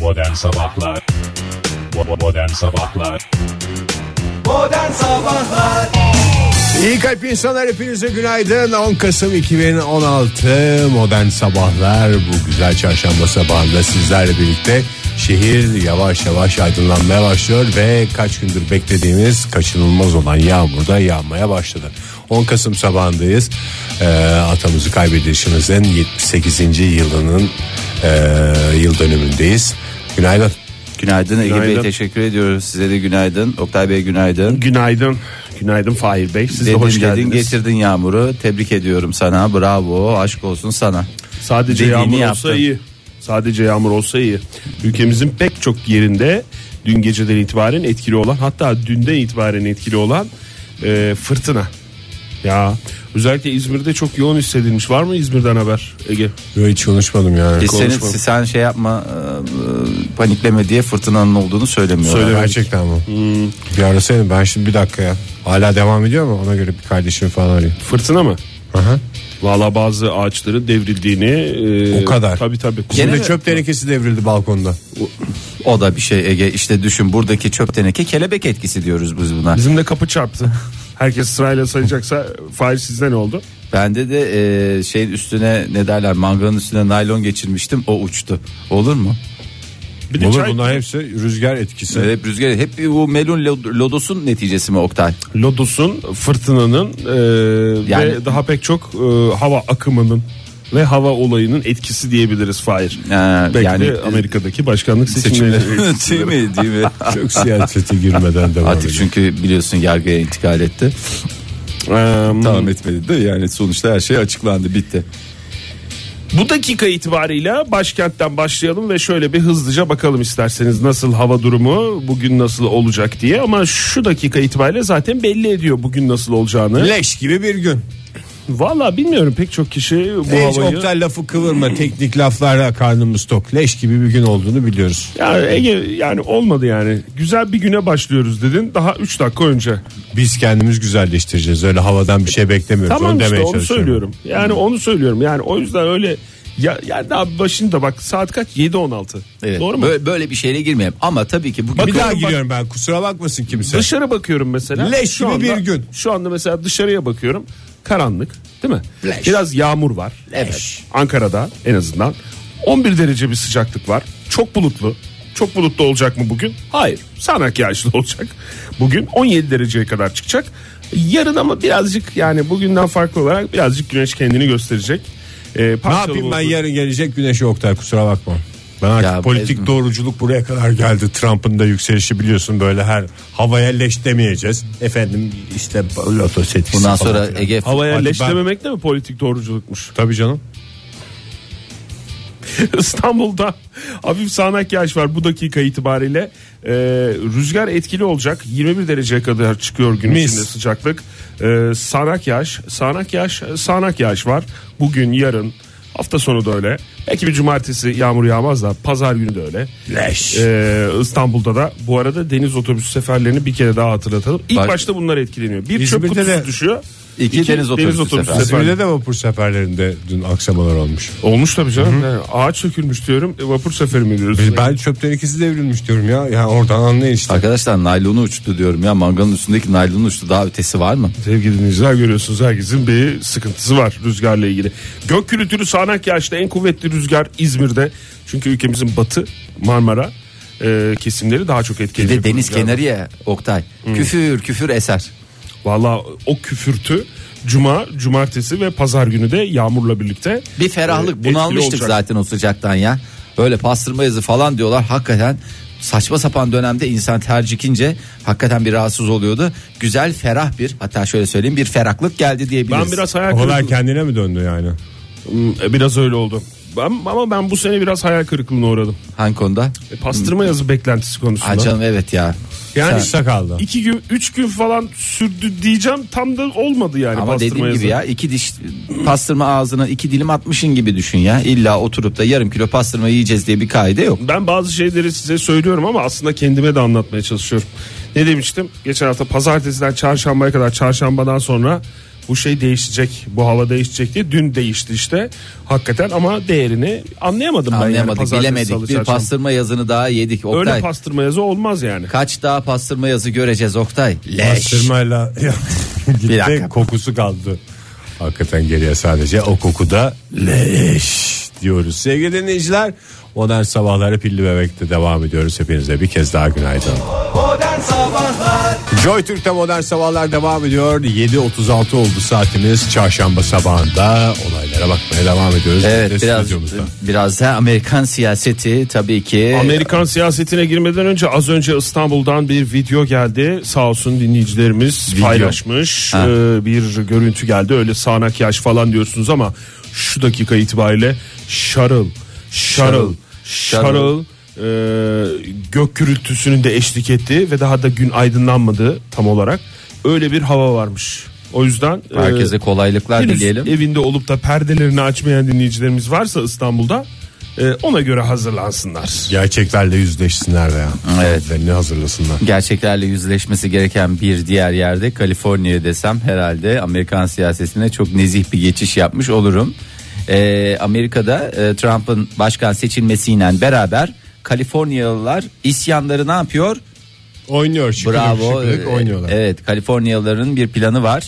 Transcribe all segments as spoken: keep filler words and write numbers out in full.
Modern Sabahlar Modern Sabahlar Modern Sabahlar İyi kalp insanlar, hepinize günaydın. on Kasım iki bin on altı Modern Sabahlar. Bu güzel çarşamba sabahında sizlerle birlikte şehir yavaş yavaş aydınlanmaya başlıyor ve kaç gündür beklediğimiz kaçınılmaz olan yağmur da yağmaya başladı. on Kasım sabahındayız. Ee, atamızı kaybedişimizin yetmiş sekizinci yılının e, yıl dönümündeyiz. Günaydın. Günaydın Ege Günaydın. Bey, teşekkür ediyoruz. Size de günaydın. Oktay Bey günaydın. Günaydın. Günaydın Fahir Bey. Siz Dedin, de hoş dedin, geldiniz. getirdin yağmuru. Tebrik ediyorum sana. Bravo. Aşk olsun sana. Sadece Dediğini yağmur yaptın. olsa iyi. Sadece yağmur olsa iyi. Ülkemizin pek çok yerinde dün geceden itibaren etkili olan, hatta dünden itibaren etkili olan e, fırtına. Ya özellikle İzmir'de çok yoğun hissedilmiş. Var mı İzmir'den haber Ege? Yo, hiç konuşmadım yani. Biz seni, konuşmadım. sen şey yapma, e, panikleme diye fırtınanın olduğunu söylemiyorlar. Söyle. Gerçekten mi? Hmm. Bir arasaydım ben şimdi, bir dakika ya. Hala devam ediyor mu? Ona göre bir kardeşimi falan arayayım. Fırtına mı? Aha. Valla bazı ağaçların devrildiğini e, O kadar. Tabii tabii. Gene Şimdi mi? çöp tenekesi devrildi balkonda. O da bir şey Ege. İşte düşün, buradaki çöp teneke kelebek etkisi diyoruz biz buna. Bizim de kapı çarptı. Herkes sırayla sayacaksa Fahir sizde ne oldu? Bende de e, şeyin üstüne ne derler, manganın üstüne naylon geçirmiştim, o uçtu. Olur mu? Bir de Olur, çay- bunlar hepsi rüzgar etkisi. Hep rüzgar, hep bu melun lod- lodosun neticesi mi Oktay? Lodosun, fırtınanın e, Yani- ve daha pek çok e, hava akımının ve hava olayının etkisi diyebiliriz Fahir. Ee, Belki yani de Amerika'daki başkanlık seçimleri seçimleri. değil mi? Değil mi? Çok siyasete girmeden devam Artık edelim. çünkü biliyorsun yargıya intikal etti. Tamam, etmedi de yani sonuçta her şey açıklandı, bitti. Bu dakika itibarıyla başkentten başlayalım ve şöyle bir hızlıca bakalım isterseniz nasıl hava durumu, bugün nasıl olacak diye. Ama şu dakika itibariyle zaten belli ediyor bugün nasıl olacağını. Leş gibi bir gün. Valla bilmiyorum, pek çok kişi bu Hiç havayı... Oktay lafı kıvırma, teknik laflarla karnımız tok. Leş gibi bir gün olduğunu biliyoruz. Ya Ege, yani olmadı yani. Güzel bir güne başlıyoruz dedin daha üç dakika önce. Biz kendimiz güzelleştireceğiz. Öyle havadan bir şey beklemiyoruz. Tamam onu işte demeye onu çalışıyorum. söylüyorum. Yani onu söylüyorum. Yani o yüzden öyle ya, yani daha başında bak, saat kaç? yedi on altı. Evet. Doğru mu? Böyle, böyle bir şeyle girmeyelim ama tabii ki bugün Bak- Bir daha Bakıyorum, bak- giriyorum ben, kusura bakmasın kimse. Dışarı bakıyorum mesela. Leş Şu gibi anda- bir gün. Şu anda mesela dışarıya bakıyorum. Karanlık, değil mi? Leş. Biraz yağmur var. Leş. Ankara'da en azından on bir derece bir sıcaklık var. Çok bulutlu. Çok bulutlu olacak mı bugün? Hayır. Sağanak yağışlı olacak. Bugün on yedi dereceye kadar çıkacak. Yarın ama birazcık, yani bugünden farklı olarak birazcık güneş kendini gösterecek. Ee, Ne parçalı yapayım ben, bulutlu- yarın gelecek güneşi Oktay, kusura bakma. Ben artık Ya, politik ben- doğruculuk buraya kadar geldi. Trump'ın da yükselişi biliyorsun, böyle her havaya leş demeyeceğiz. Efendim işte loto etkisi bundan falan sonra filan. Ege Havaya Hadi leş ben- dememek de mi politik doğruculukmuş? Tabii canım. İstanbul'da hafif sağanak yağış var bu dakika itibariyle. Ee, rüzgar etkili olacak. yirmi bir dereceye kadar çıkıyor gün Mis. içinde sıcaklık. Ee, sağanak yağış, sağanak yağış, sağanak yağış var. Bugün, yarın, hafta sonu da öyle. Belki bir cumartesi yağmur yağmaz da pazar günü de öyle. Leş. Ee, İstanbul'da da bu arada deniz otobüsü seferlerini bir kere daha hatırlatalım. İlk Bak- başta bunlar etkileniyor. Bir çöp İzmir'de kutusu de- düşüyor. İki deniz otobüsü seferi. İzmir'de de vapur seferlerinde dün aksamalar olmuş. Olmuş tabii canım. Yani ağaç sökülmüş diyorum. E, vapur seferi mi diyoruz? Ben çöp tenekesi devrilmiş diyorum ya. Ya oradan anlayın işte. Arkadaşlar naylonu uçtu diyorum ya, manganın üstündeki naylonu uçtu, daha ötesi var mı? Sevgili dinleyiciler, görüyorsunuz herkesin bir sıkıntısı var rüzgarla ilgili. Gök gürültülü sağanak yağışta en kuvvetli rüzgar İzmir'de. Çünkü ülkemizin batı Marmara e, kesimleri daha çok Bir etkileniyor. de deniz bu rüzgardan. kenarı ya Oktay, küfür küfür eser. Valla o küfürtü cuma, cumartesi ve pazar günü de yağmurla birlikte Bir ferahlık, e, etkili bunalmıştık olacak. zaten o sıcaktan ya. Böyle pastırma yazı falan diyorlar, hakikaten saçma sapan dönemde insan tercikince hakikaten bir rahatsız oluyordu. Güzel, ferah bir, hatta şöyle söyleyeyim, bir ferahlık geldi diyebiliriz. Ben biraz hayal Havalar kırıklığı, kendine mi döndü yani? Hmm, biraz öyle oldu. Ben, ama ben bu sene biraz hayal kırıklığına uğradım. Hangi konuda? E, pastırma yazı beklentisi konusunda. Ha canım, evet ya. Yani Kısa kaldı. iki gün, üç gün falan sürdü diyeceğim, tam da olmadı yani. Ama pastırma dediğim yazı. gibi ya, iki diş pastırma ağzına iki dilim atmışın gibi düşün ya. İlla oturup da yarım kilo pastırma yiyeceğiz diye bir kaide yok. Ben bazı şeyleri size söylüyorum ama aslında kendime de anlatmaya çalışıyorum. Ne demiştim? Geçen hafta pazartesiden çarşambaya kadar, çarşambadan sonra bu şey değişecek, bu hava değişecek diye dün değişti işte hakikaten, ama değerini anlayamadım ben. Anlayamadık, yani. bilemedik. Salı, Bir çarşamba. pastırma yazını daha yedik Oktay. Öyle pastırma yazı olmaz yani. Kaç daha pastırma yazı göreceğiz Oktay? Leş. Pastırmayla Bir gitti, dakika. kokusu kaldı. Hakikaten geriye sadece o kokuda leş diyoruz. Sevgili dinleyiciler, Modern Sabahlar'a Pilli Bebek'te devam ediyoruz. Hepinize bir kez daha günaydın. Modern Sabahlar Joy Türk'te Modern Sabahlar devam ediyor. yedi otuz altı oldu saatimiz. Çarşamba sabahında olaylara bakmaya devam ediyoruz. Evet, Biz de biraz stüdyomuzda. biraz da Amerikan siyaseti tabii ki. Amerikan siyasetine girmeden önce az önce İstanbul'dan bir video geldi. Sağ olsun dinleyicilerimiz Video. paylaşmış. Ha. Ee, bir görüntü geldi. Öyle sağanak yaş falan diyorsunuz ama şu dakika itibariyle şarıl şarıl şarıl e, gök gürültüsünün de eşlik ettiği ve daha da gün aydınlanmadığı tam olarak öyle bir hava varmış. O yüzden Herkese kolaylıklar henüz dileyelim. evinde olup da perdelerini açmayan dinleyicilerimiz varsa İstanbul'da e, ona göre hazırlansınlar. Gerçeklerle yüzleşsinler veya Evet. ne hazırlasınlar. Gerçeklerle yüzleşmesi gereken bir diğer yerde Kaliforniya desem herhalde Amerikan siyasetine çok nezih bir geçiş yapmış olurum. Ee, Amerika'da e, Trump'ın başkan seçilmesiyle beraber Kaliforniyalılar isyanları ne yapıyor? Oynuyor şıkırık Bravo. şıkırık Ee, oynuyorlar. Evet, Kaliforniyalıların bir planı var.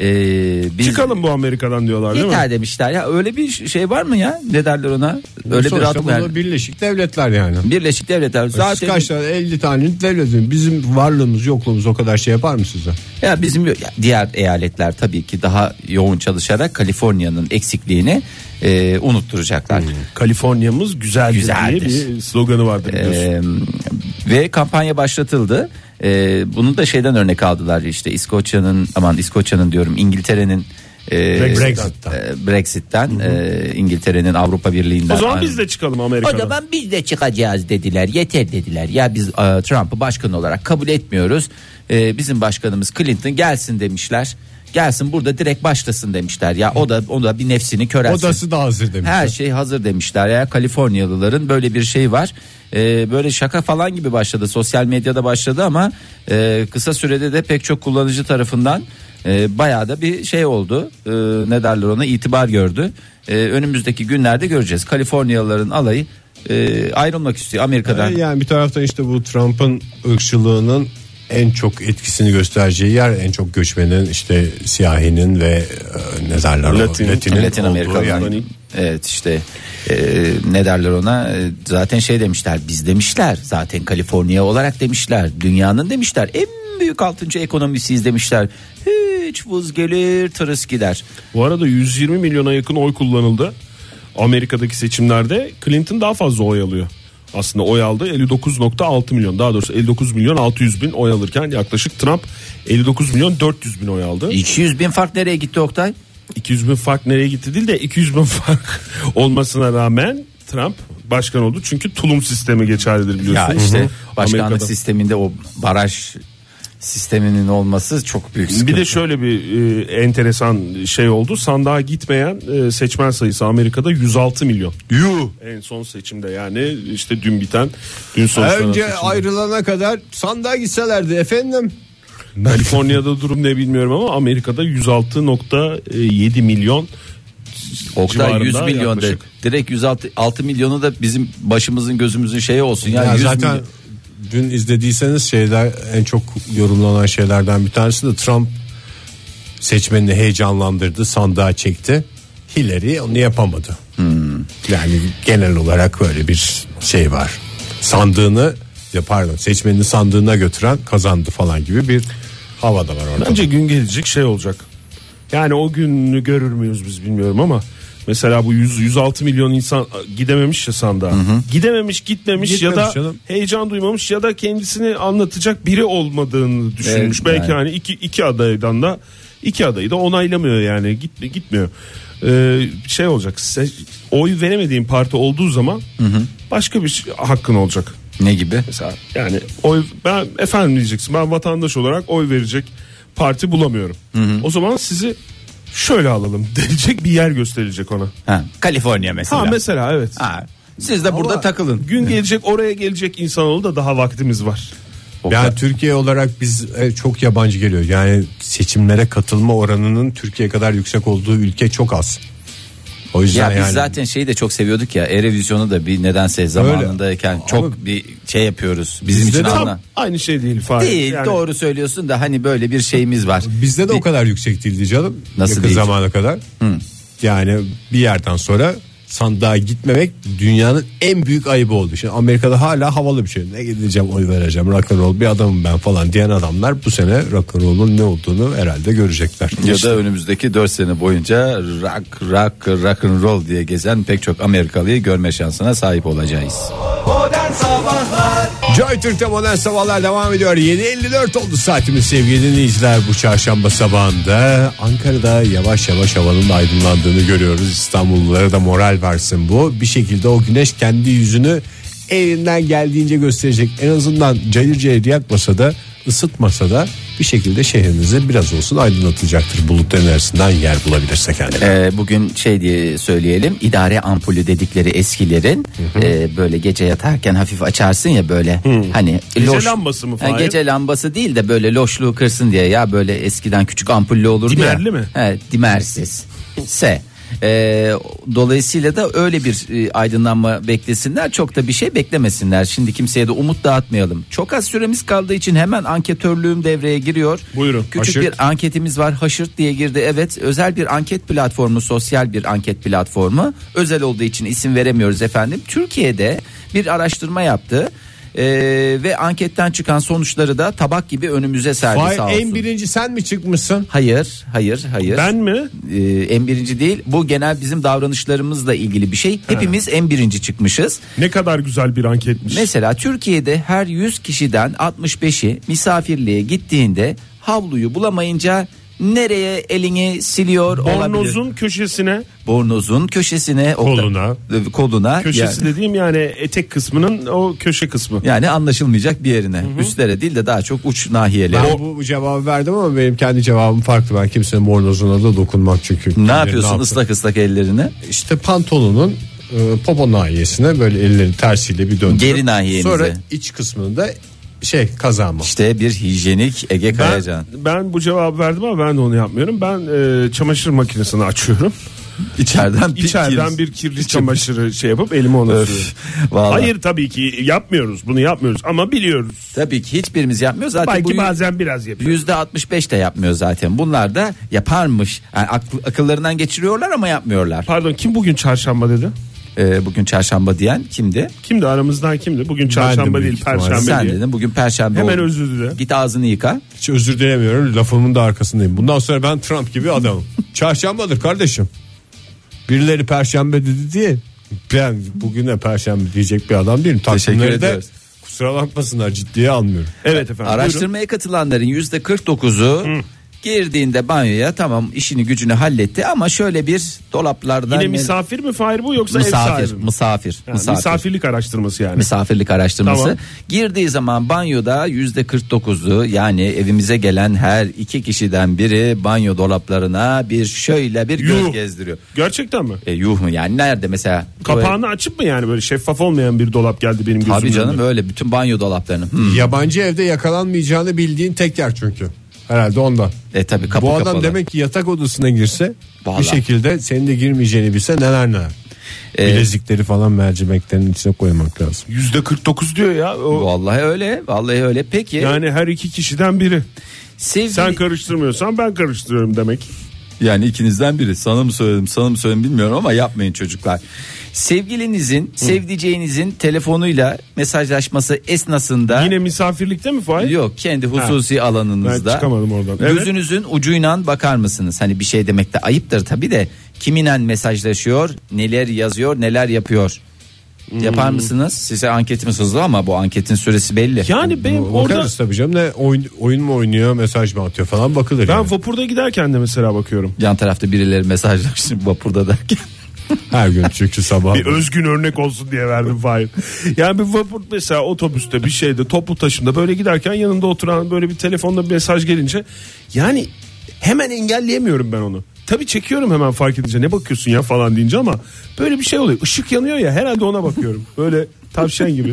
Ee, biz Çıkalım bu Amerika'dan diyorlar değil mi? yeter demişler ya, öyle bir şey var mı ya, ne derler ona, öyle bir Sonuçta adım bunlar yani. Birleşik Devletler yani. Birleşik Devletler Siz zaten kaç tane elli tane devletin, bizim varlığımız yokluğumuz o kadar şey yapar mı size? ya bizim ya diğer eyaletler tabii ki daha yoğun çalışarak Kaliforniya'nın eksikliğini e, unutturacaklar. Kaliforniya'mız güzeldir, Güzeldir. diye bir sloganı vardır biliyorsun. Ee, ve kampanya başlatıldı. Ee, bunu da şeyden örnek aldılar, işte İskoçya'nın, aman İskoçya'nın diyorum, İngiltere'nin e, Brexit'ten. e, Brexit'ten e, İngiltere'nin Avrupa Birliği'nden. O zaman Aynı- biz de çıkalım O Amerika'dan. zaman biz de çıkacağız dediler, yeter dediler. Ya biz e, Trump'ı başkan olarak kabul etmiyoruz. E, bizim başkanımız Clinton gelsin demişler. Gelsin burada direkt başlasın demişler. Ya o da o da bir nefsini körelsin. Odası da hazır demişler. Her şey hazır demişler ya. Kaliforniyalıların böyle bir şey var. Ee, böyle şaka falan gibi başladı, sosyal medyada başladı ama e, kısa sürede de pek çok kullanıcı tarafından e, bayağı da bir şey oldu. E, ne derler ona, itibar gördü. E, önümüzdeki günlerde göreceğiz. Kaliforniyalıların alayı e, ayrılmak istiyor Amerika'dan. Yani bir taraftan işte bu Trump'ın ırkçılığının en çok etkisini göstereceği yer, en çok göçmenin, işte siyahinin ve e, ne derler o, Latin- Latin'in Latin olduğu Amerika'dan. yer. Evet işte e, ne derler ona, e, zaten şey demişler, biz demişler zaten Kaliforniya olarak demişler, dünyanın demişler en büyük altıncı ekonomisiyiz demişler, hiç vız gelir tırıs gider. Bu arada yüz yirmi milyona yakın oy kullanıldı Amerika'daki seçimlerde. Clinton daha fazla oy alıyor. Aslında oy aldı elli dokuz nokta altı milyon, daha doğrusu elli dokuz milyon altı yüz bin oy alırken yaklaşık Trump elli dokuz milyon dört yüz bin oy aldı. iki yüz bin fark nereye gitti Oktay? iki yüz bin fark nereye gitti değil de iki yüz bin fark olmasına rağmen Trump başkan oldu. Çünkü tulum sistemi geçerlidir biliyorsun. Ya işte Hı hı. başkanlık Amerika'da. sisteminde o baraj sisteminin olması çok büyük sıkıntı. Bir de şöyle bir e, enteresan şey oldu. Sandığa gitmeyen e, seçmen sayısı Amerika'da yüz altı milyon. Yuh. En son seçimde, yani işte dün biten, dün sonuçlanan Önce seçimde. ayrılana kadar sandığa gitselerdi efendim. Kaliforniya'da durum ne bilmiyorum ama Amerika'da yüz altı nokta yedi milyon Oktay yüz civarında milyon de, yaklaşık. direkt yüz altı milyonu da bizim başımızın gözümüzün şeyi olsun ya, Ya yüz zaten milyon. dün izlediyseniz şeyler, en çok yorumlanan şeylerden bir tanesi de Trump seçmenini heyecanlandırdı, sandığa çekti. Hillary onu yapamadı. Hmm. Yani genel olarak böyle bir şey var. Sandığını, ya pardon, seçmenini sandığına götüren kazandı falan gibi bir hava da var orada. Bence gün gelecek şey olacak. Yani o günü görür müyüz biz bilmiyorum ama mesela bu yüz yüz altı milyon insan gidememiş ya sandığa. Gidememiş, gitmemiş, Gitmemiş ya da canım. heyecan duymamış ya da kendisini anlatacak biri olmadığını düşünmüş. Evet, Belki yani. hani iki iki adaydan da iki adayı da onaylamıyor, yani git gitmiyor. Ee, şey olacak. Se- oy veremediğin parti olduğu zaman başka bir şey- hakkın olacak. Ne gibi? Mesela yani oy, ben efendim diyeceksin, ben vatandaş olarak oy verecek parti bulamıyorum. O zaman sizi şöyle alalım diyecek bir yer gösterilecek ona. Ha, Kaliforniya mesela. Ha mesela evet. Ha, siz de burada takılın. Gün gelecek, oraya gelecek insanoğlu da daha vaktimiz var. Çok Yani da- Türkiye olarak biz e, çok yabancı geliyor. Yani seçimlere katılma oranının Türkiye kadar yüksek olduğu ülke çok az. O yüzden Ya biz yani zaten şeyi de çok seviyorduk ya. Erevizyonu da bir nedense zamanındayken çok Ama bir şey yapıyoruz. Bizim bizde için de Tam anla. aynı şey değil Fahir. Değil, Yani doğru söylüyorsun da hani böyle bir şeyimiz var. bizde de Bir- o kadar yüksek değildi canım. Nasıl yakın değil? zamana kadar. Yani bir yerden sonra sandığa gitmemek dünyanın en büyük ayıbı oldu. Şimdi Amerika'da hala havalı bir şey. Ne gideceğim oy vereceğim rock'n'roll bir adamım ben falan diyen adamlar bu sene rock'n'roll'un ne olduğunu herhalde görecekler. Ya İşte da önümüzdeki dört sene boyunca rock rock rock and roll diye gezen pek çok Amerikalıyı görme şansına sahip olacağız. Modern Sabahlar Joy Türk'te modern sabahlar devam ediyor. yedi elli dört oldu saatimiz sevgili dinleyiciler. Bu çarşamba sabahında Ankara'da yavaş yavaş havanın aydınlandığını görüyoruz. İstanbullulara da moral versin bu. Bir şekilde o güneş kendi yüzünü elinden geldiğince gösterecek. En azından cayır cayır yakmasa da ısıtmasa da bir şekilde şehrinizi biraz olsun aydınlatacaktır. Bulutların arasından yer bulabilirse kendine. Ee, bugün şey diye söyleyelim, idare ampulü dedikleri eskilerin e, böyle gece yatarken hafif açarsın ya böyle hani Gece lambası mı Ha, Fahir? gece lambası değil de böyle loşluğu kırsın diye ya, böyle eskiden küçük ampullü olurdu ya. Dimerli mi? He, dimersiz. S. Ee, dolayısıyla da öyle bir e, aydınlanma beklesinler, çok da bir şey beklemesinler. Şimdi kimseye de umut dağıtmayalım. Çok az süremiz kaldığı için hemen anketörlüğüm devreye giriyor. Buyurun. Küçük Haşırt. bir anketimiz var. Haşırt diye girdi. Evet, özel bir anket platformu, sosyal bir anket platformu. Özel olduğu için isim veremiyoruz efendim. Türkiye'de bir araştırma yaptı. Ee, ve anketten çıkan sonuçları da tabak gibi önümüze serdi, Vay, sağ olsun. en birinci sen mi çıkmışsın? Hayır, hayır, hayır. Ben mi? Ee, en birinci değil. Bu genel bizim davranışlarımızla ilgili bir şey. Hepimiz en birinci çıkmışız. Ne kadar güzel bir anketmiş. Mesela Türkiye'de her yüz kişiden altmış beşi misafirliğe gittiğinde havluyu bulamayınca nereye elini siliyor olabilir? Bornozun köşesine, Bornozun köşesine, Koluna. Okta- koluna. köşesi yani, dediğim yani etek kısmının o köşe kısmı. yani anlaşılmayacak bir yerine. Üstlere değil de daha çok uç nahiyelere. Ben bu, bu cevabı verdim ama benim kendi cevabım farklı. Ben kimsenin bornozuna da dokunmak çünkü. Ne yapıyorsun yaptım? ıslak ıslak ellerini? İşte pantolonun e, popo nahiyesine böyle elleri tersiyle bir döndürüp Geri nahiyenize. sonra iç kısmında şey kazanma. İşte bir hijyenik Ege Ben, Kayacan. ben bu cevabı verdim ama ben de onu yapmıyorum. Ben e, çamaşır makinesini açıyorum. İçeriden bir İçeriden kir- bir kirli çamaşırı şey yapıp elime ona Öf, sürüyorum. vallahi. Hayır tabii ki yapmıyoruz. Bunu yapmıyoruz ama biliyoruz. Tabii ki hiçbirimiz yapmıyor. Zaten Belki bu bazen biraz yapıyoruz. yüzde altmış beş de yapmıyor zaten. Bunlar da yaparmış. Yani akl- akıllarından geçiriyorlar ama yapmıyorlar. Pardon, kim bugün çarşamba dedi? Ee, bugün çarşamba diyen kimdi? Kimdi aramızdan kimdi? Bugün çarşamba Bendim değil, büyük ihtimalle. perşembe Sen diye. dedin, bugün perşembe Hemen oldu. özür dile. Git ağzını yıka. Hiç özür dilemiyorum, lafımın da arkasındayım. Bundan sonra ben Trump gibi adamım. Çarşambadır kardeşim. Birileri perşembe dedi diye ben bugüne perşembe diyecek bir adam değilim. Teşekkür Takvimleri de ediyoruz. kusura bakmasınlar, ciddiye almıyorum. Evet efendim. buyurun. Araştırmaya katılanların yüzde kırk dokuzu girdiğinde banyoya tamam işini gücünü halletti ama şöyle bir dolaplardan Yine ne- misafir mi Fahir bu yoksa ev misafir, sahibi mi? misafir, Ha, misafir. misafirlik araştırması yani. Misafirlik araştırması. Tamam. Girdiği zaman banyoda yüzde kırk dokuzu, yani evimize gelen her iki kişiden biri banyo dolaplarına bir şöyle bir göz Yuh. gezdiriyor. Gerçekten mi? E, yuh mu yani, nerede mesela? Kapağını açıp mı yani, böyle şeffaf olmayan bir dolap geldi benim gözümün Tabii canım, önüne. öyle bütün banyo dolaplarını. Hmm. Yabancı evde yakalanmayacağını bildiğin tek yer çünkü. Herhalde ondan. E tabii kapı Bu adam kapalı. demek ki yatak odasına girse Vallahi. bir şekilde senin de girmeyeceğini bilse neler neler. E, Bilezikleri falan mercimeklerin içine koymak lazım. yüzde kırk dokuz diyor ya. O, Vallahi öyle, vallahi öyle. Peki yani her iki kişiden biri. sevgili, Sen karıştırmıyorsan ben karıştırıyorum demek. yani ikinizden biri, sana mı söyledim sana mı söyledim bilmiyorum ama yapmayın çocuklar. Sevgilinizin, sevdiceğinizin telefonuyla mesajlaşması esnasında Yine misafirlikte mi Fahir? yok, kendi hususi Ben alanınızda çıkamadım oradan. Evet. gözünüzün ucuyla bakar mısınız? Hani bir şey demek de ayıptır tabii de, kiminle mesajlaşıyor, neler yazıyor, neler yapıyor? Yapar mısınız? Size anketimiz hızlı ama bu anketin süresi belli. Yani benim orada Bakarız tabii canım, ne oyun, oyun mu oynuyor, mesaj mı atıyor falan bakılır ben yani. vapurda giderken de mesela bakıyorum. Yan tarafta birileri mesajlaşıyor vapurda derken. Her gün çünkü sabah. Bir özgün örnek olsun diye verdim Fahir. Yani bir vapur mesela, otobüste bir şeyde, toplu taşımda böyle giderken yanında oturan böyle bir telefonda bir mesaj gelince yani hemen engelleyemiyorum ben onu. Tabii çekiyorum hemen fark edince, ne bakıyorsun ya falan deyince, ama böyle bir şey oluyor. Işık yanıyor ya, herhalde ona bakıyorum. Böyle tavşan gibi.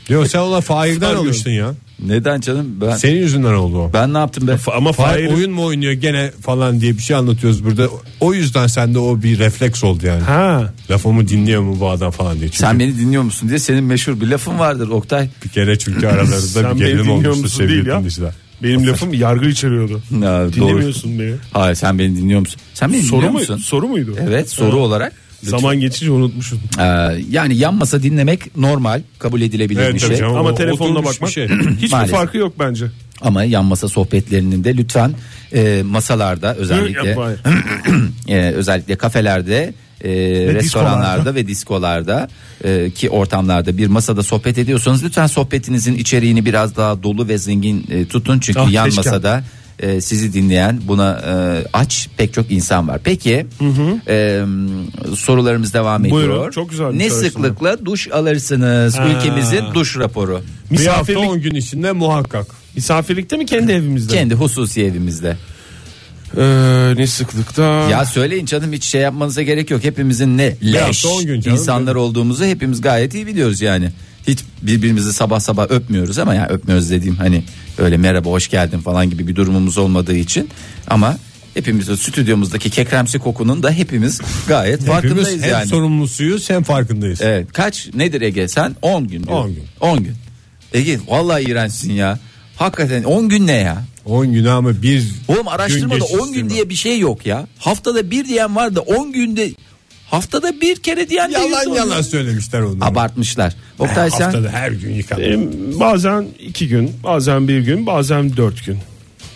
Diyor sen ona Fahir'den alıştın ya. Neden canım? Ben Senin yüzünden oldu o. ben ne yaptım be? Ama Fahir Fahir oyun mu oynuyor gene falan diye bir şey anlatıyoruz burada. O yüzden sende o bir refleks oldu yani. ha Lafımı dinliyor mu bu adam falan diye. Çünkü Sen beni dinliyor musun diye senin meşhur bir lafın vardır Oktay. bir kere çünkü aralarında Sen bir beni gerilim dinliyor olmuştu musun sevgili değil ya. dinleyiciler. benim lafım yargı içeriyordu. Ya, Dinlemiyorsun beni. Hayır, sen beni dinliyor musun? Sen beni Soru dinliyor mu musun? soru muydu? Evet, soru olarak. Zaman geçince unutmuşum. Ee, yani yan masa dinlemek normal, kabul edilebilir Evet, bir tabii şey. canım. Ama O telefonla oturmuş bakmak bir şey. hiçbir Maalesef. farkı yok bence. Ama yan masa sohbetlerinin de lütfen e, masalarda özellikle Yapma. e, özellikle kafelerde, e, restoranlarda ve diskolarda e, ki ortamlarda bir masada sohbet ediyorsanız lütfen sohbetinizin içeriğini biraz daha dolu ve zengin e, tutun çünkü Ah, yan keşke. masada e, sizi dinleyen buna e, aç pek çok insan var. Peki e, sorularımız devam Buyurun, ediyor. çok güzel bir Ne soru sıklıkla duş alırsınız? Ha. Ülkemizin duş raporu. Bir hafta Misafirlik, on gün içinde muhakkak. misafirlikte mi kendi evimizde? Kendi hususi evimizde. Ee, ne sıklıkta? Ya söyleyin canım, hiç şey yapmanıza gerek yok. Hepimizin ne leş hafta on gün canım. insanlar olduğumuzu hepimiz gayet iyi biliyoruz yani. Hiç birbirimizi sabah sabah öpmüyoruz ama yani öpmüyoruz dediğim hani öyle merhaba hoş geldin falan gibi bir durumumuz olmadığı için. Ama hepimiz o stüdyomuzdaki kekremsi kokunun da hepimiz gayet farkındayız Hepimiz hem yani. sorumlusuyuz hem farkındayız. Evet, kaç nedir Ege sen? on gün diyor. on gün. on gün. Ege vallahi iğrençsin ya. Hakikaten on gün ne ya? on gün ama bir Oğlum araştırmada gün on gün diye bir şey yok ya. Haftada bir diyen var da on günde haftada bir kere diyen de yalan yüzde on. yalan söylemişler onu. Abartmışlar. Oktay sen Haftada her gün yıkanıyor. Benim bazen iki gün, bazen bir gün, bazen dört gün.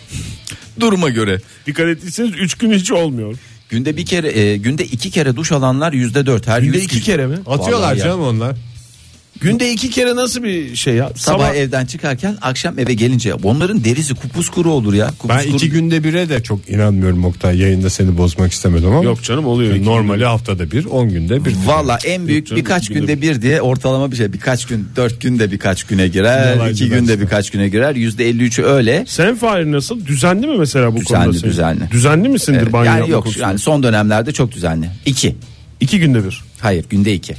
duruma göre. Dikkat ettiyseniz üç gün hiç olmuyor. Günde bir kere e, günde iki kere duş alanlar yüzde dört. Her Günde yüz iki gün- kere mi? Atıyorlar Vallahi ya. canım onlar. Günde iki kere nasıl bir şey ya? Sabah, Sabah, evden çıkarken akşam eve gelince onların derisi kupuzkuru olur ya. Ben Kupuzkuru. iki günde bire de çok inanmıyorum Oktay. Yayında seni bozmak istemedim ama. Yok canım, oluyor. İki Normali günde. haftada bir, on günde bir. Valla en büyük canım, birkaç iki günde günde bir diye ortalama bir şey. Birkaç gün, dört günde birkaç güne girer, Yalancı iki günde dersin. birkaç güne girer. Yüzde elli üçü öyle. Sen Fahir nasıl? Düzenli mi mesela bu Düzenli, konuda? senin? düzenli. Düzenli misindir Evet, banyo yani yapma yok konusunda? yani son dönemlerde çok düzenli. İki. İki günde bir. Hayır, günde iki.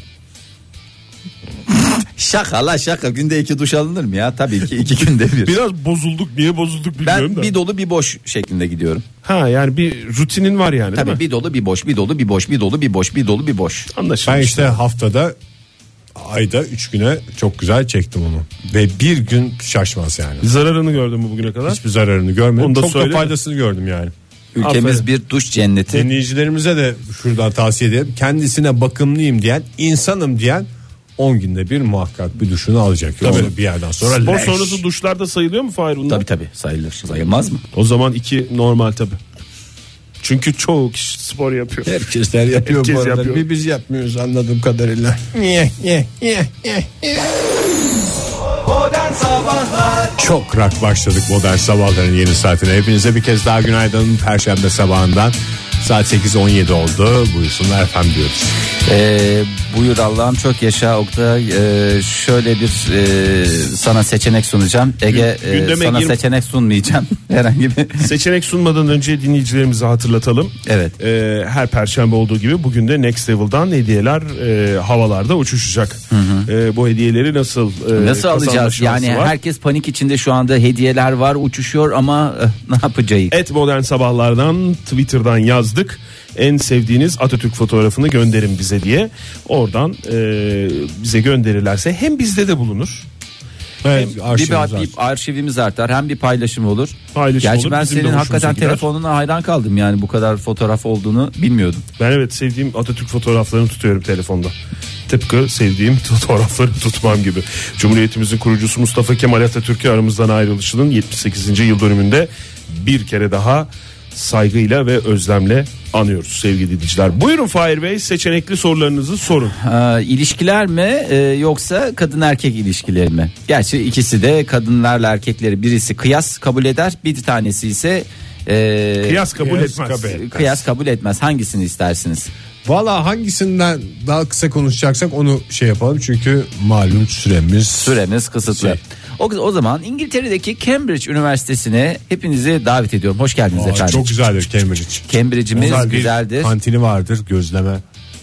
Şaka la şaka, günde iki duş alınır mı ya? Tabii ki iki günde bir. Biraz bozulduk. Niye bozulduk bilmiyorum Ben da. bir dolu bir boş şeklinde gidiyorum. Ha yani bir rutinin var yani, Tabii değil mi? bir dolu bir boş, bir dolu bir boş, bir dolu bir boş, bir dolu bir boş. Anlaşıldı. Ben işte haftada ayda üç güne çok güzel çektim onu. Ve bir gün şaşmaz yani. Zararını gördün mü bugüne kadar? Hiçbir zararını görmedim. Onu da Çok da söyle. faydasını gördüm yani. Ülkemiz Aferin. bir duş cenneti. Dinleyicilerimize de şuradan tavsiye edelim. Kendisine bakımlıyım diyen, insanım diyen on günde bir muhakkak bir duşunu alacak. Yoksa bir yerden sonra Spor leş. sonrası duşlarda sayılıyor mu Fahir bunlar? Tabii tabii sayılır. Sayılmaz mı? O zaman iki normal tabii. Çünkü çoğu kişi spor yapıyor. Herkesler yapıyor Herkes bu arada. yapıyor. Bir biz yapmıyoruz anladığım kadarıyla. Niye, niye, niye, niye, niye? Modern Sabahlar Çok rak başladık modern sabahların yeni saatine. Hepinize bir kez daha günaydın. Perşembe sabahından saat sekiz on yedi oldu. Buyursunlar efendim diyoruz. Ee, buyur Allah'ım çok yaşa Oktay. Ee, şöyle bir e, sana seçenek sunacağım. Ege e, Gündeme sana gir- seçenek sunmayacağım. Herhangi bir. Seçenek sunmadan önce dinleyicilerimize hatırlatalım. Evet. Ee, her perşembe olduğu gibi bugün de Next Level'dan hediyeler e, havalarda uçuşacak. E, bu hediyeleri nasıl e, Nasıl kazanma alacağız? şansı Yani var? herkes panik içinde şu anda, hediyeler var uçuşuyor ama eh, ne yapacağız? Et Modern Sabahlardan Twitter'dan yazdık. En sevdiğiniz Atatürk fotoğrafını gönderin bize diye. Oradan e, bize gönderirlerse hem bizde de bulunur. Evet, Bir, arşivimiz bir, var. bir arşivimiz artar, hem bir paylaşım olur. Paylaşım Gerçi olur, ben bizim de senin hoşumuza hakikaten gider. telefonuna hayran kaldım, yani bu kadar fotoğraf olduğunu bilmiyordum. Ben evet sevdiğim Atatürk fotoğraflarını tutuyorum telefonda. Tıpkı sevdiğim fotoğrafları tutmam gibi. Cumhuriyetimizin kurucusu Mustafa Kemal Atatürk'ü aramızdan ayrılışının yetmiş sekizinci yıl dönümünde bir kere daha saygıyla ve özlemle anıyoruz sevgili dinleyiciler. Buyurun Fahir Bey, seçenekli sorularınızı sorun. Ee, ilişkiler mi e, yoksa kadın erkek ilişkileri mi? Gerçi ikisi de, kadınlarla erkekleri, birisi kıyas kabul eder, bir tanesi ise e, Kıyas kabul Kıyas etmez. kabul etmez. kıyas kabul etmez. Hangisini istersiniz? Valla hangisinden daha kısa konuşacaksak onu şey yapalım. Çünkü malum süremiz. Süremiz kısıtlı. Şey. O, o zaman İngiltere'deki Cambridge Üniversitesi'ne hepinizi davet ediyorum. Hoş geldiniz Aa, efendim. çok güzeldir Cambridge. Cambridge'imiz Güzel bir güzeldir. kantini vardır, gözleme.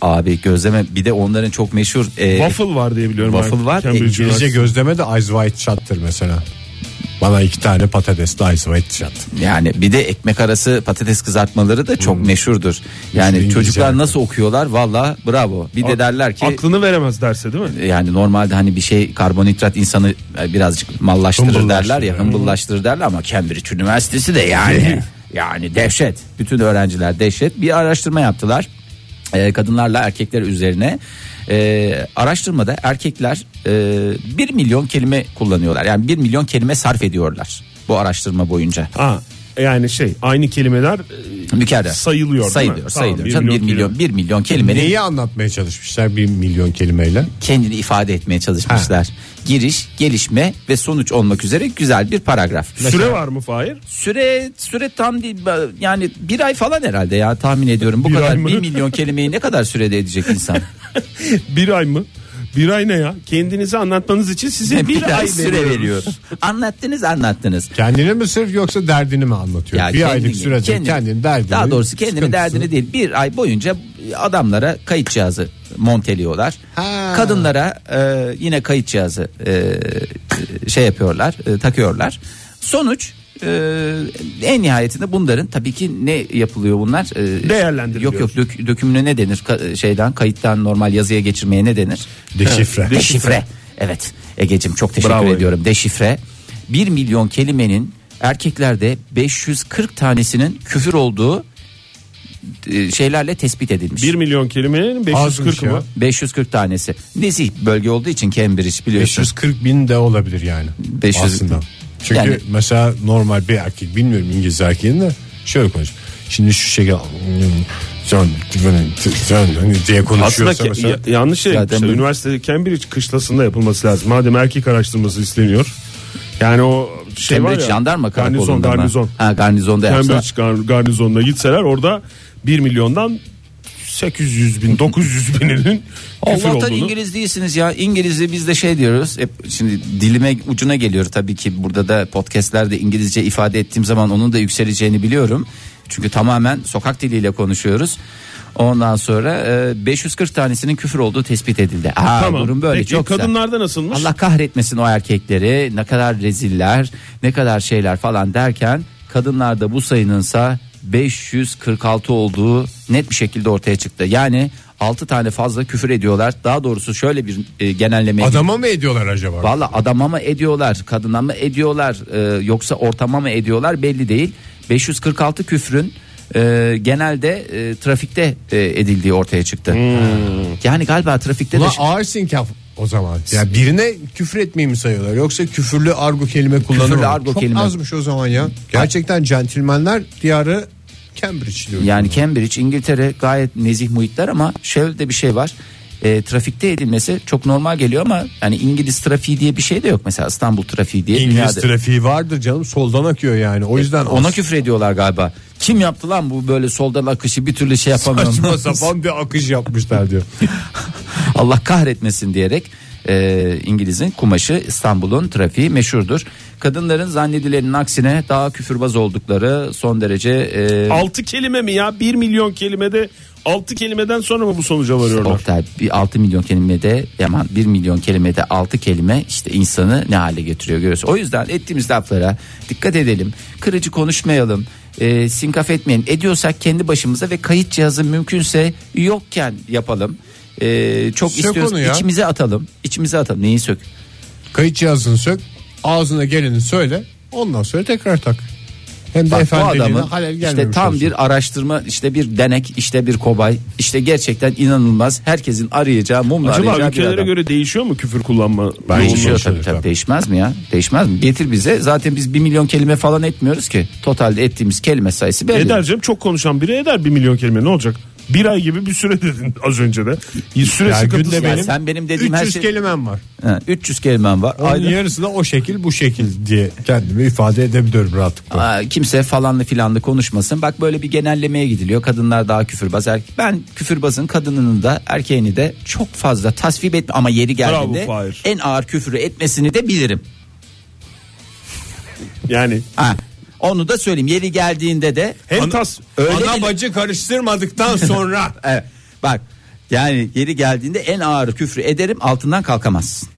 Abi gözleme, bir de onların çok meşhur e, Waffle var diye biliyorum. Waffle var. Cambridge İngilizce Üniversitesi. gözleme de ice white shot'tır mesela. Bana iki tane patatesli ice white shot. yani bir de ekmek arası patates kızartmaları da çok Hmm. meşhurdur. Yani İngilizce çocuklar yani. nasıl okuyorlar valla bravo. Bir de derler ki Aklını veremez derse değil mi? yani normalde hani bir şey karbonhidrat insanı birazcık mallaştırır Hımbıllaştırır derler ya, hımbıllaştırır derler ama Cambridge Üniversitesi de yani yani dehşet. Bütün öğrenciler dehşet. Bir araştırma yaptılar. Ee, kadınlarla erkekler üzerine. Ee, araştırmada erkekler e, bir milyon kelime kullanıyorlar. Yani bir milyon kelime sarf ediyorlar bu araştırma boyunca. Ha, yani şey aynı kelimeler e, Mükerrer. sayılıyor değil Sayılıyor, mi? sayılıyor. Tamam, Canım, bir bir milyon milyon, bir milyon kelimenin Neyi anlatmaya çalışmışlar bir milyon kelimeyle? kendini ifade etmeye çalışmışlar. Giriş, gelişme ve sonuç olmak üzere güzel bir paragraf. Süre var mı Fahir? Süre süre tam değil, yani bir ay falan herhalde ya, tahmin ediyorum. Bu Bir ay kadar mı? bir milyon kelimeyi ne kadar sürede edecek insan? Bir ay mı? Bir ay ne ya? Kendinizi anlatmanız için size bir, bir ay ay süre veriyoruz. veriyor. Anlattınız anlattınız. Kendine mi sırf yoksa derdini mi anlatıyor? Ya bir kendini- aylık sürede kendini- kendini derdini. Daha doğrusu kendini sıkıntısı. derdini değil, bir ay boyunca adamlara kayıt cihazı monteliyorlar. Ha. Kadınlara e, yine kayıt cihazı e, şey yapıyorlar, e, takıyorlar. Sonuç e, en nihayetinde bunların tabii ki ne yapılıyor bunlar? E, Değerlendiriliyor. Yok yok dök, dökümüne ne denir? Ka- şeyden kayıttan normal yazıya geçirmeye ne denir? Deşifre. Deşifre. Evet Egeciğim, çok teşekkür Bravo ediyorum. Deşifre. Bir milyon kelimenin erkeklerde beş yüz kırk tanesinin küfür olduğu e, şeylerle tespit edilmiş. bir milyon kelimenin beş yüz Azmış kırk ya. mı? beş yüz kırk tanesi. Nezih bölge olduğu için Cambridge biliyorsun. beş yüz kırk bin de olabilir yani. beş yüz Aslında. Çünkü Yani- mesela normal bir erkek, bilmiyorum İngiliz erkeğin de şöyle konuş. Şimdi şu şekilde sen sen diye konuşuyorsa Aslında ke- mesela. ya- yanlış şey. Zaten İşte bu- üniversite Cambridge kışlasında yapılması lazım. Madem erkek araştırması isteniyor. Yani o şey Cambridge var ya. jandarma garnizon, karakolunda mı? garnizon. Ha, garnizonda yapsa. Cambridge gar- garnizonuna gitseler orada bir milyondan sekiz yüz bin dokuz yüz bininin küfür Allah'tan olduğunu. İngiliz değilsiniz ya. İngilizce biz de şey diyoruz. Hep şimdi dilime ucuna geliyor tabii ki, burada da podcastlerde İngilizce ifade ettiğim zaman onun da yükseleceğini biliyorum. Çünkü tamamen sokak diliyle konuşuyoruz. Ondan sonra e, beş yüz kırk tanesinin küfür olduğu tespit edildi. Aa, Tamam. durum böyle Peki, çok güzel. kadınlarda nasılmış? Allah kahretmesin o erkekleri, ne kadar reziller, ne kadar şeyler falan derken kadınlarda bu sayınınsa beş yüz kırk altı olduğu net bir şekilde ortaya çıktı. Yani altı tane fazla küfür ediyorlar. Daha doğrusu şöyle bir e, genelleme. Adama mı ediyorlar acaba? Valla adama mı ediyorlar, kadına mı ediyorlar, e, yoksa ortama mı ediyorlar belli değil. beş yüz kırk altı küfrün e, genelde e, trafikte e, edildiği ortaya çıktı. Yani galiba trafikte de Buna ağır sinkaf o zaman. Yani birine küfür etmeyi mi sayıyorlar yoksa küfürlü argo kelime kullanıyor Küfürlü mu? argo Çok kelime. azmış o zaman ya. Gerçekten centilmenler diyarı Cambridge diyor. yani Cambridge, İngiltere gayet nezih muhitler ama şöyle de bir şey var. E, trafikte edilmesi çok normal geliyor ama yani İngiliz trafiği diye bir şey de yok. Mesela İstanbul trafiği diye. İngiliz dünyada- trafiği vardır canım, soldan akıyor yani. O yüzden Ona az. küfür ediyorlar galiba. Kim yaptı lan bu böyle soldan akışı, bir türlü şey yapamıyorum. saçma sapan bir akış yapmışlar diyor. Allah kahretmesin diyerek e, İngiliz'in kumaşı, İstanbul'un trafiği meşhurdur. Kadınların zannedilenin aksine daha küfürbaz oldukları son derece e, altı kelime mi ya? bir milyon kelimede altı kelimeden sonra mı bu sonuca varıyorlar? Oktay, bir altı milyon kelimede, aman bir milyon kelimede altı kelime işte insanı ne hale getiriyor görüyorsun. O yüzden ettiğimiz laflara dikkat edelim. Kırıcı konuşmayalım. E, sinkaf etmeyelim. Ediyorsak kendi başımıza ve kayıt cihazı mümkünse yokken yapalım. E, çok Sök istiyoruz, onu ya. içimize atalım. İçimize atalım. Neyi sök? Kayıt cihazını sök, ağzına geleni söyle, ondan sonra tekrar tak. Hem de Bak, bu efendiliğine adamın halel işte gelmemiş tam olsun. bir araştırma, işte bir denek, işte bir kobay, işte gerçekten inanılmaz, herkesin arayacağı, mumla Acaba arayacağı bir ülkelere adam. göre değişiyor mu küfür kullanma? Değişiyor Değişiyor tabii, tabii. tabii. Değişmez mi ya? Değişmez mi? Getir bize. Zaten biz bir milyon kelime falan etmiyoruz ki. Totalde ettiğimiz kelime sayısı belli. Eder canım, çok konuşan biri eder bir milyon kelime, ne olacak? Bir ay gibi bir süre dedin az önce de. Süre Ya sıkıntısı günde var. Ya benim sen benim dediğim üç her yüz şey. kelimem var. Ha, üç yüz kelimem var. Onun Aynen. yarısı da o şekil bu şekil diye kendimi ifade edebiliyorum rahatlıkla. Aa, kimse falanlı filanlı konuşmasın. Bak böyle bir genellemeye gidiliyor. Kadınlar daha küfürbaz. Er- Ben küfürbazın kadınını da erkeğini de çok fazla tasvip etme ama yeri geldiğinde Bravo, Fahir. en ağır küfürü etmesini de bilirim. Yani Ha, onu da söyleyeyim. Yeri geldiğinde de hem Ana- tas öyle Ana bir- bacı karıştırmadıktan sonra Evet, bak Yani geri geldiğinde en ağır küfrü ederim, altından kalkamazsın.